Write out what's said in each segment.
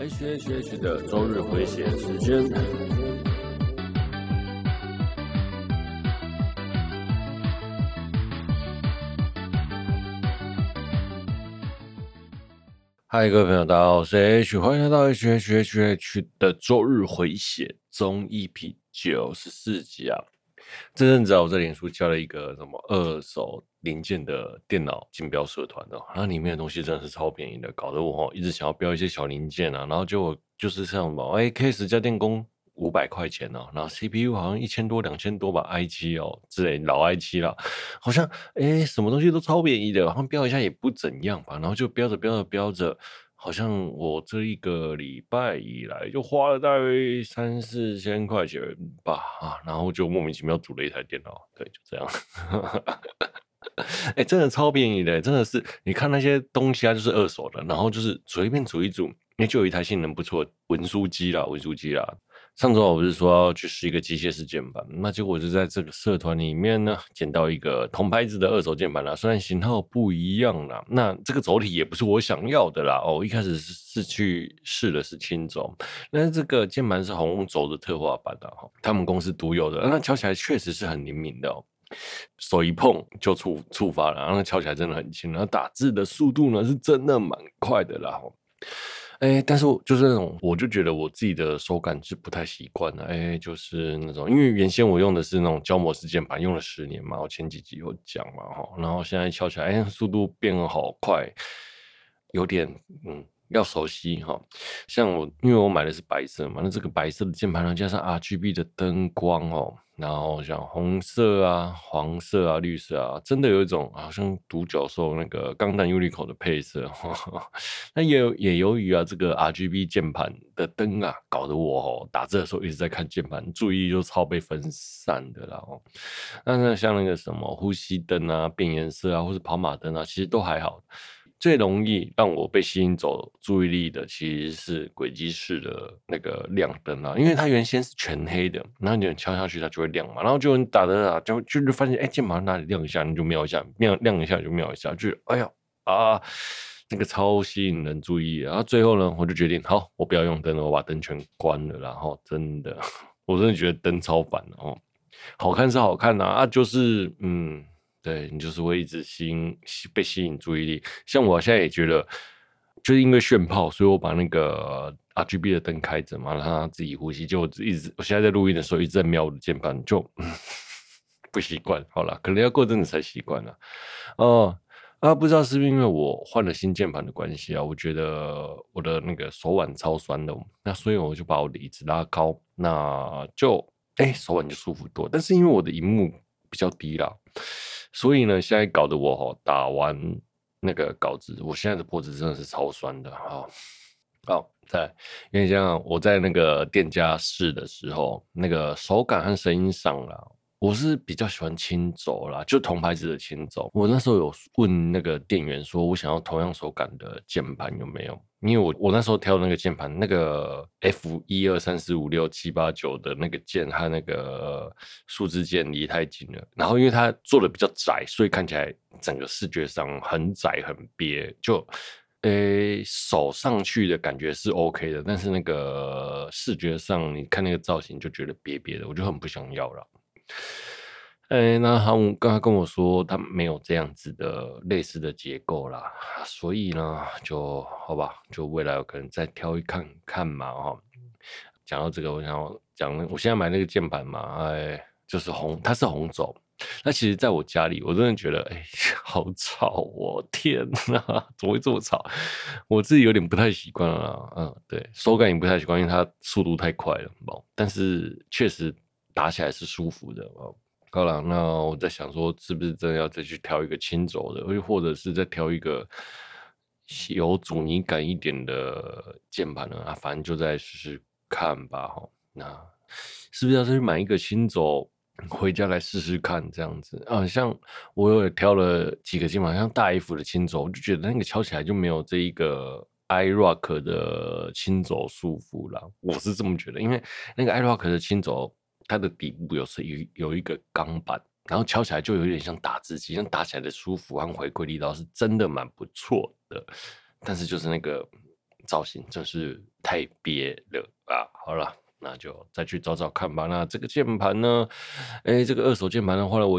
HHH 的周日回血时间。嗨，各位朋友，大家好，我是 H， 欢迎来到 HHH 的周日回血中 EP 94集啊。这阵子我在脸书加了一个什么二手零件的电脑竞标社团哦，然后里面的东西真的是超便宜的，搞得我一直想要标一些小零件啊，然后结果就是像什么K10家电工500块钱哦，然后 CPU 好像1000多2000多吧 i7 哦之类老 i7 啦，好像什么东西都超便宜的，好像标一下也不怎样吧，然后就标着。好像我这一个礼拜以来就花了大约3、4千块钱吧然后就莫名其妙组了一台电脑，对，就这样。真的超便宜的，真的是你看那些东西啊，就是二手的，然后就是随便组一组，就有一台性能不错的文书机啦。上周我不是说要去试一个机械式键盘，那结果我就在这个社团里面呢，捡到一个同牌子的二手键盘啦，虽然型号不一样啦，那这个轴体也不是我想要的啦。一开始是去试的是轻轴，但是这个键盘是红轴的特化版的他们公司独有的，那敲起来确实是很灵敏的手一碰就触发了，然后敲起来真的很轻，然后打字的速度呢是真的蛮快的啦但是就是那种，我就觉得我自己的手感是不太习惯的，就是那种，因为原先我用的是那种胶模式键盘，用了10年嘛，我前几集有讲嘛，然后现在敲起来，速度变好快，有点要熟悉像因为我买的是白色嘛，那这个白色的键盘呢，加上 RGB 的灯光然后像红色啊、黄色啊、绿色啊，真的有一种好像独角兽那个钢弹 Unico 的配色那也由于这个 RGB 键盘的灯搞得我打字的时候一直在看键盘，注意力就超被分散的啦那像那个什么呼吸灯啊、变颜色啊，或是跑马灯啊，其实都还好。最容易让我被吸引走注意力的，其实是轨迹式的那个亮灯因为它原先是全黑的，然后你敲下去它就会亮嘛，然后就你打就发现键盘哪里亮一下你就瞄一下，亮一下你就瞄一下，就那个超吸引人注意然后最后呢，我就决定好，我不要用灯了，我把灯全关了，然后真的，我真的觉得灯超烦好看是好看就是对，你就是会一直被吸引注意力。像我现在也觉得，就是因为炫炮，所以我把那个 RGB 的灯开着嘛，让它自己呼吸。就我现在在录音的时候一直在瞄我的键盘，就不习惯。好了，可能要过阵子才习惯了。不知道是不是因为我换了新键盘的关系我觉得我的那个手腕超酸的，那所以我就把我的椅子拉高，那就手腕就舒服多。但是因为我的萤幕比较低啦。所以呢，现在搞得我打完那个稿子，我现在的脖子真的是超酸的因为像我在那个店家试的时候，那个手感和声音上啦，我是比较喜欢轻轴啦，就同牌子的轻轴。我那时候有问那个店员说，我想要同样手感的键盘有没有？因为我那时候挑的那个键盘，那个 F123456789的那个键和那个数字键离太近了，然后因为它做的比较窄，所以看起来整个视觉上很窄很憋，就手上去的感觉是 OK 的，但是那个视觉上你看那个造型就觉得憋憋的，我就很不想要了。那他们刚刚跟我说，他没有这样子的类似的结构啦，所以呢，就好吧，就未来我可能再挑一看看嘛讲到这个，我想要讲，我现在买那个键盘嘛，就是它是红轴。那其实在我家里，我真的觉得，好吵天哪，怎么会这么吵？我自己有点不太习惯了对，手感也不太习惯，因为它速度太快了但是确实打起来是舒服的好了，那我在想说，是不是真的要再去挑一个轻轴的，或者是再挑一个有阻尼感一点的键盘呢？反正就再试试看吧那是不是要再去买一个轻轴回家来试试看这样子像我有挑了几个键盘，像大 F 的轻轴，我就觉得那个敲起来就没有这一个 iRock 的轻轴舒服啦，我是这么觉得，因为那个 iRock 的轻轴。它的底部有一个钢板，然后敲起来就有点像打字机，像打起来的舒服和回馈力道是真的蛮不错的。但是就是那个造型真是太憋了啊！好了。那就再去找找看吧。那这个键盘呢？这个二手键盘呢，花了我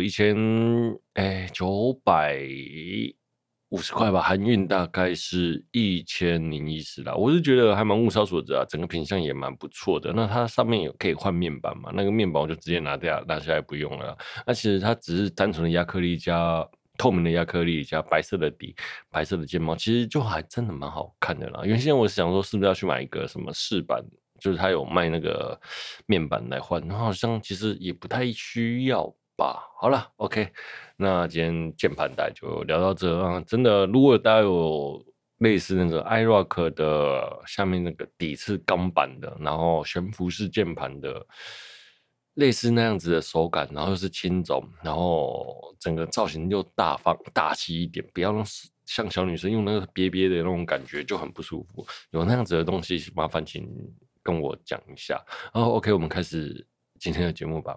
950块吧，含运大概是1010啦。我是觉得还蛮物超所值啊，整个品相也蛮不错的。那它上面有可以换面板嘛？那个面板我就直接拿下来不用了啦。那其实它只是单纯的亚克力加透明的亚克力加白色的底、白色的键帽，其实就还真的蛮好看的啦。原先我想说是不是要去买一个什么饰板。就是他有卖那个面板来换，然后好像其实也不太需要吧。好了 ，OK， 那今天键盘带就聊到这啊。真的，如果大家有类似那个 iRock 的下面那个底是钢板的，然后悬浮式键盘的，类似那样子的手感，然后又是轻重，然后整个造型又大方大气一点，不要像小女生用那个憋憋的那种感觉就很不舒服。有那样子的东西，麻烦请跟我讲一下。然后 OK， 我们开始今天的节目吧。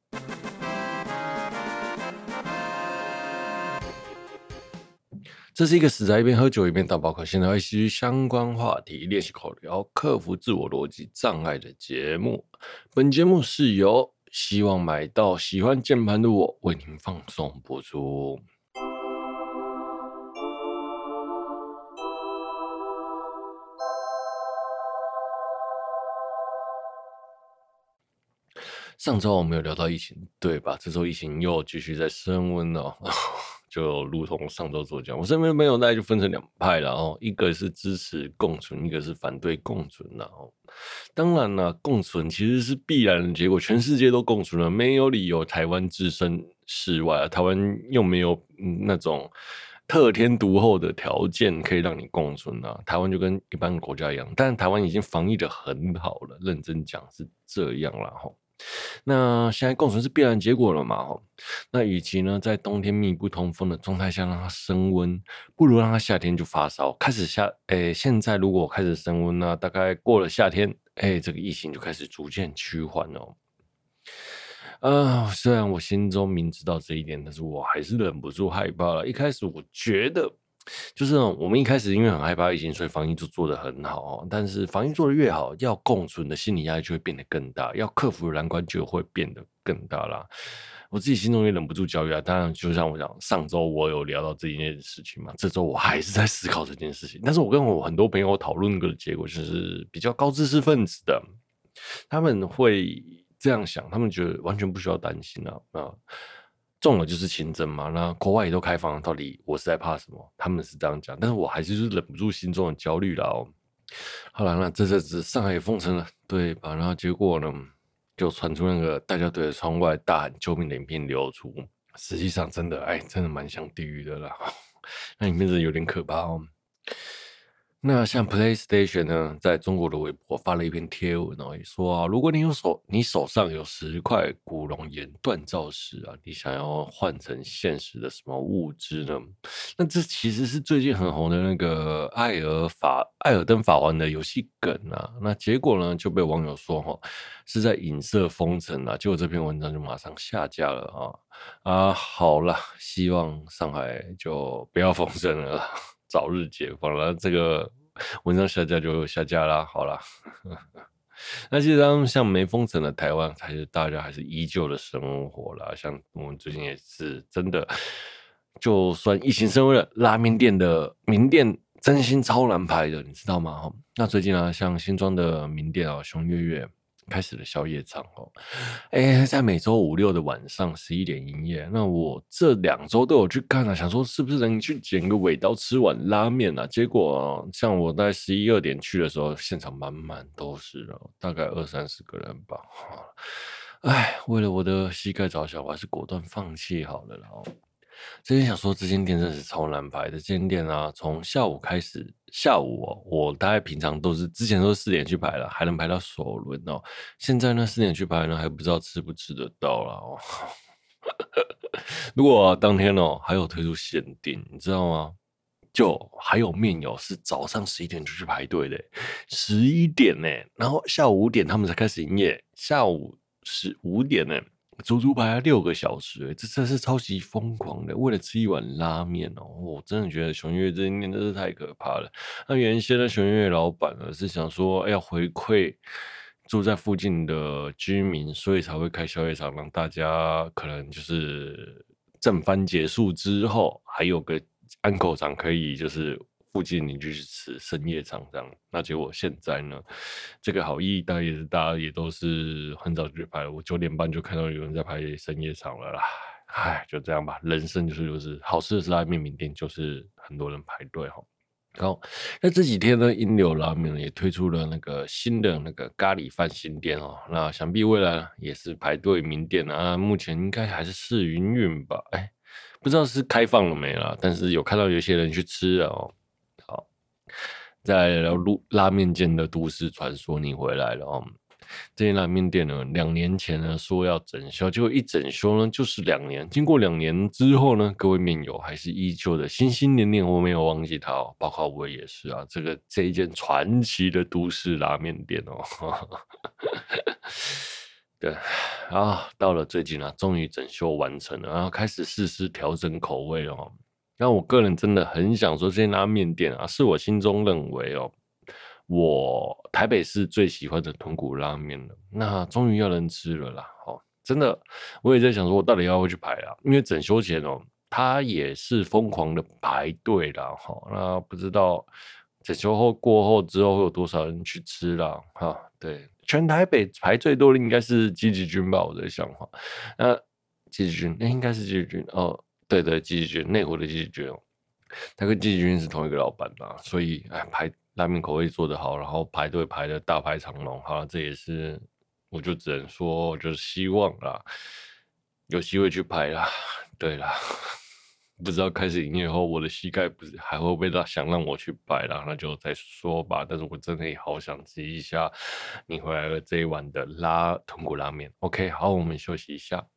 这是一个死宅一边喝酒一边打包客，现在会吸相关话题，练习口聊，克服自我逻辑障碍的节目。本节目是由希望买到喜欢键盘的我为您放送播出。上周我们有聊到疫情，对吧？这周疫情又继续在升温了，就如同上周所讲，我身边的朋友大概就分成两派了哦，一个是支持共存，一个是反对共存了哦。当然了，共存其实是必然的结果，全世界都共存了，没有理由台湾置身事外啊。台湾又没有那种特天独厚的条件可以让你共存啊。台湾就跟一般国家一样，但台湾已经防疫的很好了，认真讲是这样啦齁。那现在共存是必然结果了嘛？那与其呢在冬天密不通风的状态下让它升温，不如让它夏天就发烧。现在如果开始升温呢，大概过了夏天，这个疫情就开始逐渐趋缓哦。虽然我心中明知道这一点，但是我还是忍不住害怕了。一开始我觉得。就是我们一开始因为很害怕疫情，所以防疫就做得很好哦。但是防疫做得越好，要共存的心理压力就会变得更大，要克服的难关就会变得更大啦。我自己心中也忍不住焦虑啊。当然，就像我讲，上周我有聊到这件事情嘛，这周我还是在思考这件事情。但是我跟我很多朋友讨论的结果，就是比较高知识分子的，他们会这样想，他们觉得完全不需要担心啊。中了就是清真嘛，那国外也都开放了，到底我是在怕什么？他们是这样讲，但是我还是就是忍不住心中的焦虑啦哦。好了，那这上海也封城了，对吧？然后结果呢，就传出那个大家对着窗外大喊救命的影片流出，实际上真的蛮像地狱的啦。那影片真的有点可怕哦。那像 PlayStation 呢，在中国的微博发了一篇贴文哦，说啊，如果你手上有10块古龙岩锻造石啊，你想要换成现实的什么物质呢？那这其实是最近很红的那个艾尔登法环的游戏梗啊。那结果呢，就被网友说是在影射封城啊，结果这篇文章就马上下架了啊。好了，希望上海就不要封城了。早日解放了，这个文章下架就下架啦。好啦，那其实像没封城的台湾，大家还是依旧的生活啦。像我们最近也是真的，就算疫情升温了，拉面店的名店真心超难排的，你知道吗？那最近啊，像新庄的名店熊月月开始了宵夜场在每周5、6的晚上11点营业。那我这2周都有去看想说是不是能去捡个尾刀吃碗拉面啊？结果像我在11、2点去的时候，现场满满都是了，大概20-30个人吧。为了我的膝盖着想，我还是果断放弃好了啦。之前想说这间店真的是超难排的，这间店啊，从下午开始，我大概平常之前都是4点去排了，还能排到首轮哦。现在呢4点去排呢，还不知道吃不吃得到啦哦。如果当天还有推出限定，你知道吗？就还有面友是早上11点就去排队的，11点呢，然后下午5点他们才开始营业，下午5点呢。 足足排了6个小时，这真是超级疯狂的，为了吃一碗拉面哦，我真的觉得熊月这一念真是太可怕了。那原先的熊月老板呢是想说，要回馈住在附近的居民，所以才会开宵夜场，让大家可能就是正番结束之后，还有个安口场可以就是附近邻居去吃深夜场这样。那结果现在呢，这个好意大家也都是很早就去排了，我9点半就看到有人在排深夜场了啦。唉，就这样吧，人生就是好吃的是拉面名店，就是很多人排队哈。好，那这几天呢，英流拉面呢也推出了那个新的那个咖喱饭新店哦，那想必未来也是排队名店啊，目前应该还是试营运吧，哎，不知道是开放了没啦，但是有看到有些人去吃了哦。好，再来聊拉面店的都市传说，你回来了哦。这间拉面店呢，2年前呢说要整修，结果一整修呢就是2年。经过2年之后呢，各位面友还是依旧的心心念念，我没有忘记它哦，包括我也是啊。这一间传奇的都市拉面店哦，对啊，到了最近啊，终于整修完成了，然后开始实施调整口味了哦。那我个人真的很想说，这间拉面店啊，是我心中认为哦，我台北市最喜欢的豚骨拉面了。那终于要人吃了啦，哦，真的，我也在想说，我到底要不要去排啊？因为整修前哦，他也是疯狂的排队啦，哈、那不知道整修后过后之后会有多少人去吃啦，哈、对，全台北排最多的应该是积极军吧，我在想哈，那积极军，那应该是积极军哦。对对，季继军，内湖的季继军哦，他跟季继军是同一个老板嘛，所以排拉面口味做得好，然后排队排的大排长龙，好了，这也是我就只能说就是希望啦，有机会去排啦，对啦，不知道开始营业后我的膝盖不是还会不会想让我去排啦，那就再说吧。但是我真的也好想吃一下你回来了这一碗的豚骨拉面。OK，好，我们休息一下。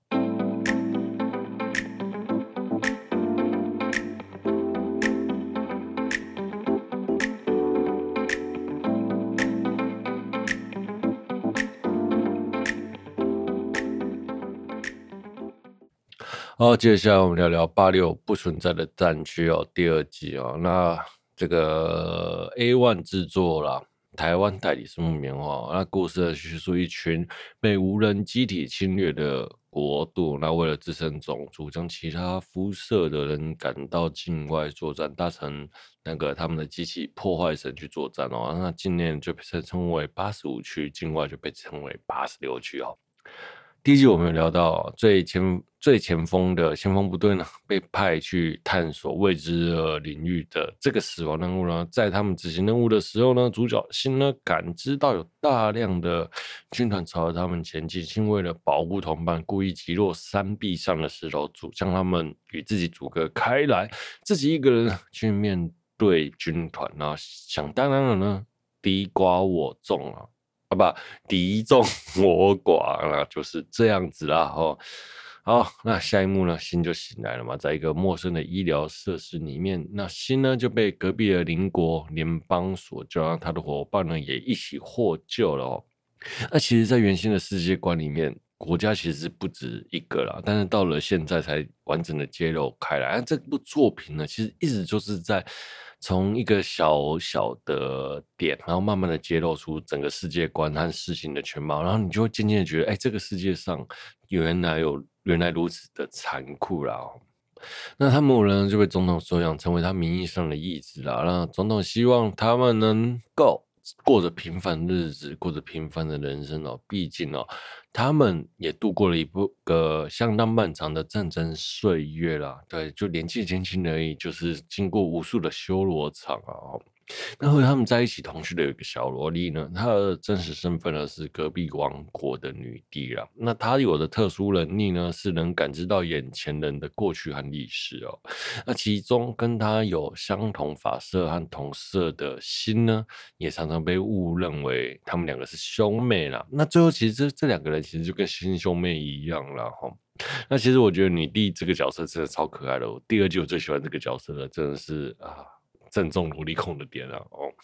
好，接下来我们聊聊86不存在的战区哦，第2季哦。那这个 A1 制作啦，台湾代理是木棉花。那故事叙述一群被无人机体侵略的国度，那为了自身种族，将其他肤色的人赶到境外作战，搭乘那个他们的机器破坏神去作战哦。那境内就被称为85区，境外就被称为86区哦。第一集我们有聊到最前锋的先锋部队呢，被派去探索未知的领域的这个死亡任务呢，在他们执行任务的时候呢，主角辛呢感知到有大量的军团朝着他们前进，辛为了保护同伴，故意击落山壁上的石头将他们与自己阻隔开来，自己一个人去面对军团，然后想当然了呢，敌寡我众啊。不，敌众我寡啦，就是这样子啦。哦，好，那下一幕呢，辛就醒来了嘛，在一个陌生的医疗设施里面，那辛呢就被隔壁的邻国联邦所救，让他的伙伴呢也一起获救了哦。那其实，在原先的世界观里面，国家其实不止一个啦，但是到了现在才完整的揭露开来。那这部作品呢，其实一直就是在从一个小小的点，然后慢慢的揭露出整个世界观和事情的全貌，然后你就会渐渐的觉得，哎，这个世界上原来如此的残酷啦哦。那他们5人就被总统收养，成为他名义上的义子啦。那总统希望他们能够过着平凡日子，过着平凡的人生哦。毕竟哦，他们也度过了个相当漫长的战争岁月啦。对，就年纪轻轻而已，就是经过无数的修罗场啊。那和他们在一起同居的有一个小萝莉呢，她的真实身份呢是隔壁王国的女帝啦。那她有的特殊能力呢，是能感知到眼前人的过去和历史哦。那其中跟她有相同发色和同色的心呢，也常常被误认为他们2个是兄妹啦。那最后其实这2个人其实就跟亲兄妹一样啦齁。那其实我觉得女帝这个角色真的超可爱的，第2季我最喜欢这个角色了，真的是啊。正中萝莉控的点啊！哦，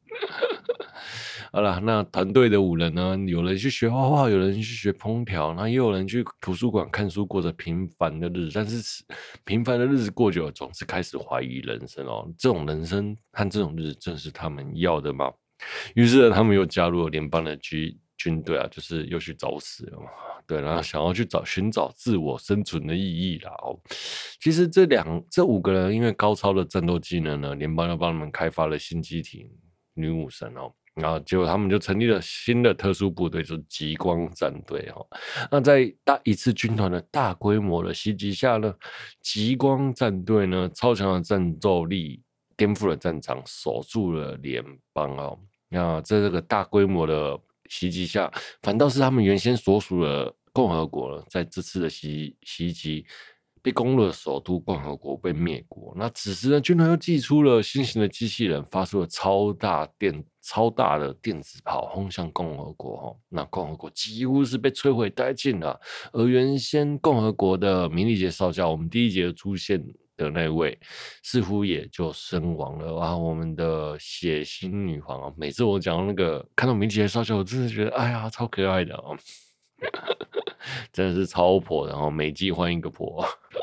好啦，那团队的5人呢，有人去学画画，有人去学烹调，然后也有人去图书馆看书，过着平凡的日子。但是平凡的日子过久了，总是开始怀疑人生哦。这种人生和这种日子，正是他们要的吗？于是呢他们又加入了联邦的军队啊，就是又去找死了嘛。对，然后想要去寻找自我生存的意义啦。哦，其实这5个人因为高超的战斗技能呢，联邦又帮他们开发了新机体女武神哦。然后结果他们就成立了新的特殊部队，就是极光战队哦。那在一次军团的大规模的袭击下呢，极光战队呢超强的战斗力颠覆了战场，守住了联邦哦。那在这个大规模的袭击下，反倒是他们原先所属的共和国在这次的袭击被攻入了首都共和国，被灭国。那此时呢，军团又祭出了新型的机器人，发出了超大的电子炮轰向共和国。那共和国几乎是被摧毁殆尽了。而原先共和国的米利杰少校，我们第1节出现的那位，似乎也就身亡了。然后我们的血腥女皇每次我讲到看到米利杰少校，我真的觉得哎呀，超可爱的哦。真的是超婆，然后每季换一个婆。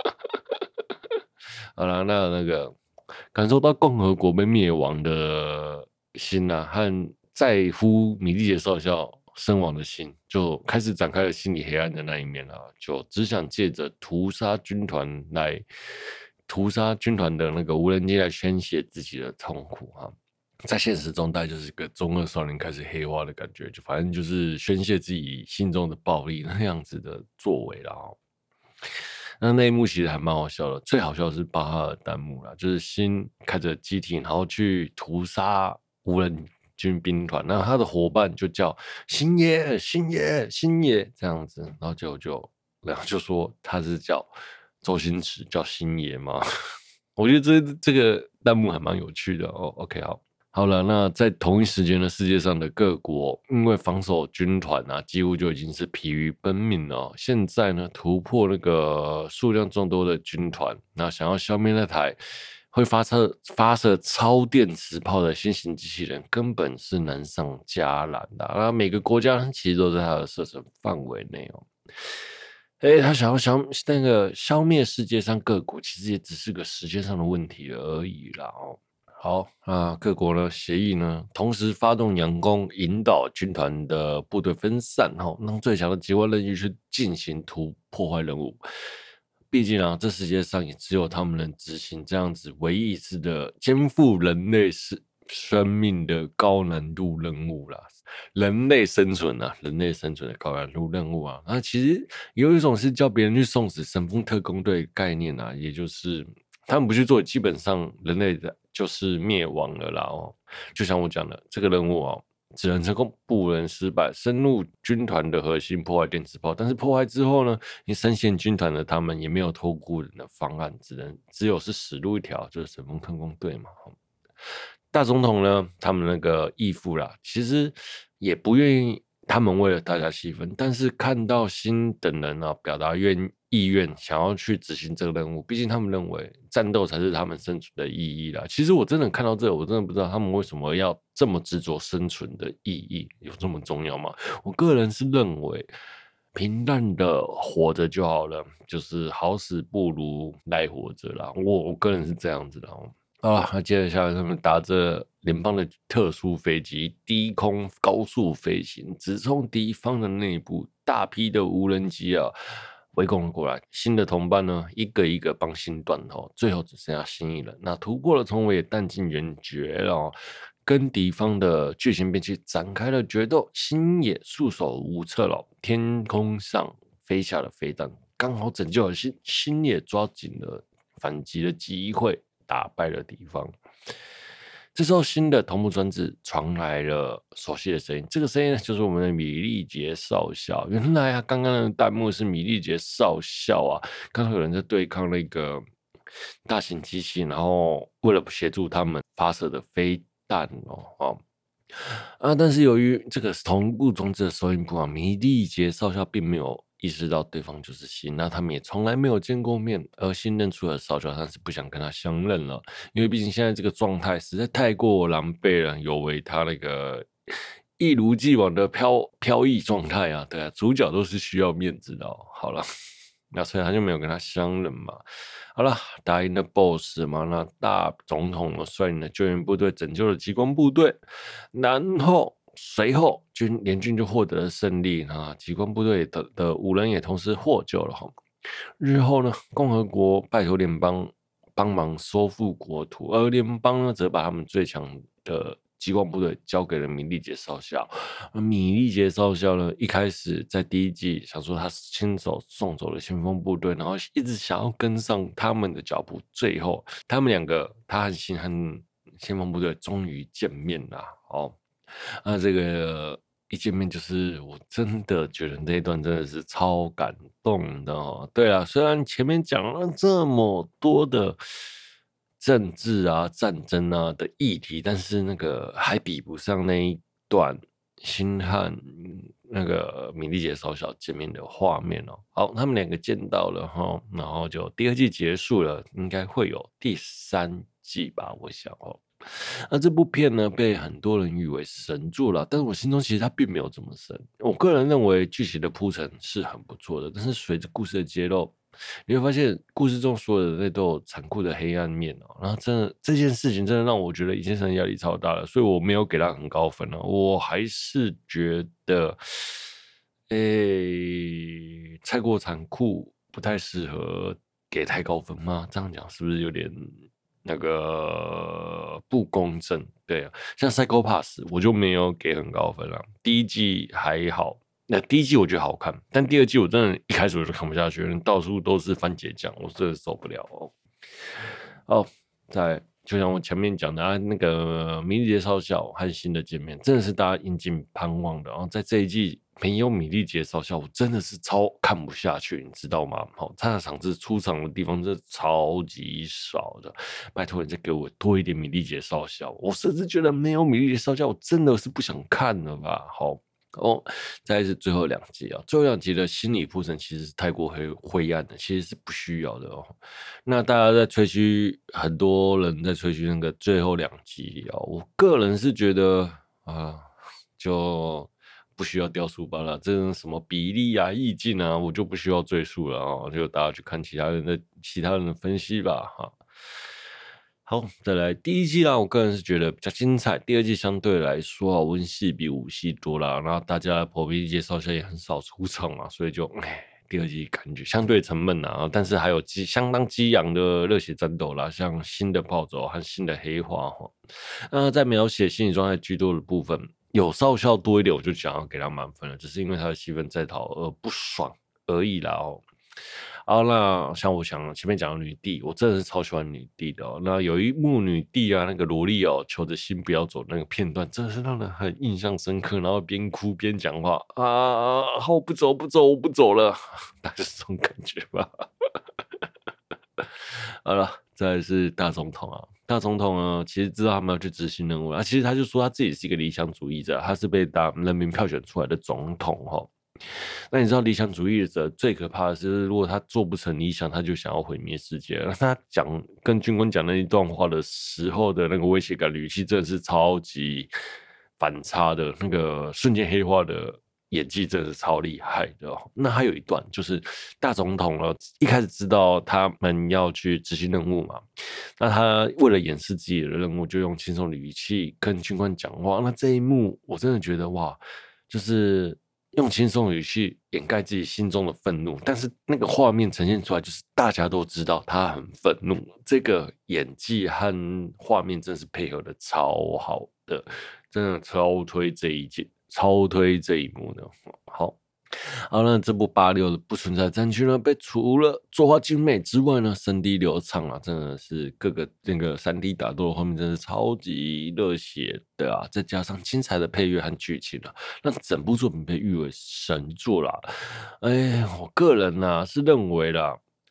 好了，那个感受到共和国被灭亡的心啊，和在乎米利杰少校身亡的心，就开始展开了心理黑暗的那一面了。就只想借着屠杀军团的那个无人机来宣泄自己的痛苦啊。在现实中，大概就是个中二少年开始黑化的感觉，就反正就是宣泄自己心中的暴力那样子的作为啦。那一幕其实还蛮好笑的，最好笑的是巴哈尔弹幕啦，就是新开着机体，然后去屠杀无人军兵团，那他的伙伴就叫星爷、星爷、星爷这样子，然后然后就说他是叫周星驰，叫星爷嘛。我觉得这个弹幕还蛮有趣的哦。OK， 好了，那在同一时间呢，世界上的各国因为防守军团啊，几乎就已经是疲于奔命了哦。现在呢，突破那个数量众多的军团，那想要消灭那台会发射超电磁炮的新型机器人，根本是难上加难的啊。每个国家其实都在它的射程范围内哦。他想要消灭世界上各国，其实也只是个时间上的问题而已啦哦。好，那各国呢协议呢，同时发动佯攻，引导军团的部队分散，让最强的极光任务去进行破坏任务。毕竟啊，这世界上也只有他们能执行这样子唯一一次的肩负人类生命的高难度任务啦。人类生存的高难度任务啊。那其实有一种是叫别人去送死神风特工队概念啊，也就是他们不去做，基本上人类的就是灭亡了啦哦。就像我讲的，这个任务哦，只能成功不能失败，深入军团的核心，破坏电磁炮。但是破坏之后呢，你深陷军团的他们也没有托孤人的方案，只有是死路一条，就是神风特工队嘛。大总统呢，他们那个义父啦，其实也不愿意，他们为了大家气愤，但是看到辛等人啊表达意愿，想要去执行这个任务，毕竟他们认为战斗才是他们生存的意义啦。其实我真的看到这个，我真的不知道他们为什么要这么执着生存的意义，有这么重要吗？我个人是认为平淡的活着就好了，就是好死不如赖活着啦。我个人是这样子的哦。那接下来他们搭着联邦的特殊飞机低空高速飞行，直冲敌方的内部，大批的无人机啊围攻了过来。新的同伴呢，一个一个帮新断头，最后只剩下新一人。那突破了重围，弹尽援绝了，跟敌方的巨型兵器展开了决斗。新也束手无策了，天空上飞下了飞弹，刚好拯救了新也抓紧了反击的机会，打败了敌方。这时候，新的同步装置传来了熟悉的声音，这个声音就是我们的米利杰少校。原来啊，刚刚的弹幕是米利杰少校啊，刚好有人在对抗那个大型机器，然后为了协助他们发射的飞弹但是由于这个同步装置的收音不好，米利杰少校并没有意识到对方就是信，那他们也从来没有见过面，而信认出了少校，但是不想跟他相认了，因为毕竟现在这个状态实在太过狼狈了，有违他那个一如既往的飘逸状态啊，对啊，主角都是需要面子的哦。好了，那所以他就没有跟他相认嘛。好了，打赢了 BOSS 嘛，那大总统呢率领了救援部队拯救了极光部队，然后随后联军就获得了胜利啊，极光部队的五人也同时获救了哈。日后呢，共和国拜托联邦帮忙收复国土，而联邦呢则把他们最强的极光部队交给了米利杰少校。米利杰少校呢，一开始在第一季想说他亲手送走了先锋部队，然后一直想要跟上他们的脚步，最后他们两个，他和先锋部队终于见面了。哦，那这个一见面就是我真的觉得那一段真的是超感动的哦。对啊，虽然前面讲了这么多的政治啊、战争啊的议题，但是那个还比不上那一段星汉那个米莉姐少校见面的画面哦。好，他们两个见到了哈，然后就第二季结束了，应该会有第三季吧，我想哦。那这部片呢，被很多人誉为神作了，但是我心中其实它并没有这么神。我个人认为剧情的铺陈是很不错的，但是随着故事的揭露，你会发现故事中所有的人类都有残酷的黑暗面哦。然后真的这件事情真的让我觉得一件事压力超大的，所以我没有给他很高分我还是觉得，太过残酷，不太适合给太高分吗？这样讲是不是有点那个不公正？对啊，像《Psycho Pass》我就没有给很高分了，第一季还好。那第一季我觉得好看，但第二季我真的一开始我就看不下去了，到处都是番茄酱，我真的受不了哦。哦，就像我前面讲的那个米莉杰少校和新的见面，真的是大家引颈盼望的。然后在这一季没有米莉杰少校，我真的是超看不下去，你知道吗？好，他的场次出场的地方真的超级少的，拜托你再给我多一点米莉杰少校，我甚至觉得没有米莉杰少校，我真的是不想看了吧？好。再来是最后两集啊，最后两集的心理铺陈其实是太过灰暗的，其实是不需要的哦。那大家在吹嘘，很多人在吹嘘那个最后两集啊，我个人是觉得就不需要掉书包了，这种什么比例啊、意境啊，我就不需要赘述了啊，就大家去看其他人的分析吧哈。好，再来第一季啦，我个人是觉得比较精彩。第二季相对来说温戏比武戏多啦，然后大家破壁介绍下也很少出场嘛，所以就第二季感觉相对沉闷啊，但是还有相当激昂的热血战斗啦，像新的暴走和新的黑化哈。在描写心理状态居多的部分，有少校多一点，我就想要给他满分了，只是因为他的戏份在逃而不爽而已啦哦。那像我想前面讲的女帝，我真的是超喜欢女帝的哦。那有一幕女帝啊，那个萝莉哦，求着心不要走那个片段，真的是让人很印象深刻。然后边哭边讲话好不走不走，我不走了，大概是这种感觉吧。好了，再来是大总统啊。大总统呢，其实知道他们要去执行任务啊。其实他就说他自己是一个理想主义者，他是被人民票选出来的总统哈。那你知道理想主义者最可怕的是，如果他做不成理想，他就想要毁灭世界。他跟军官讲那一段话的时候的那个威胁感语气，真的是超级反差的，那个瞬间黑化的演技真的是超厉害的哦。那还有一段就是大总统了，一开始知道他们要去执行任务嘛，那他为了掩饰自己的任务，就用轻松的语气跟军官讲话。那这一幕我真的觉得哇，就是用轻松的语气掩盖自己心中的愤怒，但是那个画面呈现出来，就是大家都知道他很愤怒。这个演技和画面真是配合的超好的，真的超推这一幕的。好，那这部86的不存在战区呢，被除了作画精美之外呢，3D 流畅啊，真的是各个那个3D 打斗的画面真的是超级热血的啊，再加上精彩的配乐和剧情啊，让整部作品被誉为神作啦。我个人是认为啦。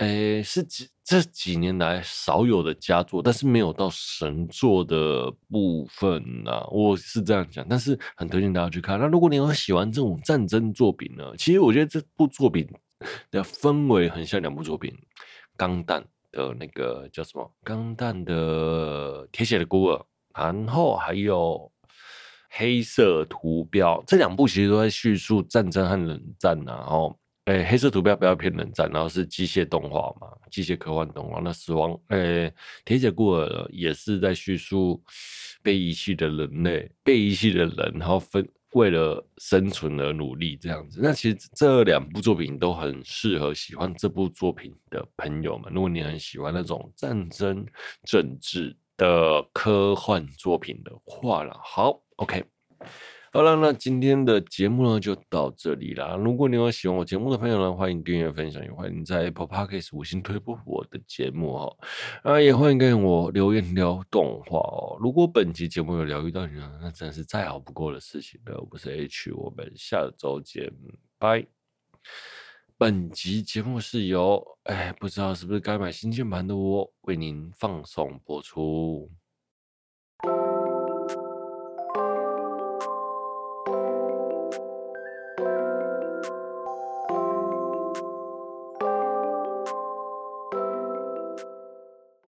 是这几年来少有的佳作，但是没有到神作的部分啊，我是这样讲，但是很推荐大家去看。那如果你有喜欢这种战争作品呢，其实我觉得这部作品的氛围很像两部作品，《钢弹》的那个叫什么？《钢弹》的《铁血的孤儿》，然后还有黑色图标，这两部其实都在叙述战争和冷战啊，然后黑色图标比较偏冷战，然后是机械动画嘛，机械科幻动画。那铁血孤儿也是在叙述被遗弃的人类，被遗弃的人，然后为了生存而努力这样子。那其实这两部作品都很适合喜欢这部作品的朋友们。如果你很喜欢那种战争政治的科幻作品的话啦，好，OK。好了，那今天的节目呢就到这里啦。如果你有喜欢我节目的朋友呢，欢迎订阅、分享，也欢迎在 Apple Podcast 五星推播我的节目哦。也欢迎跟我留言聊动画哦。如果本期节目有疗愈到你呢，那真的是再好不过的事情了。我是 H，我们下周见，拜。本集节目是由不知道是不是该买新键盘的我为您放送播出。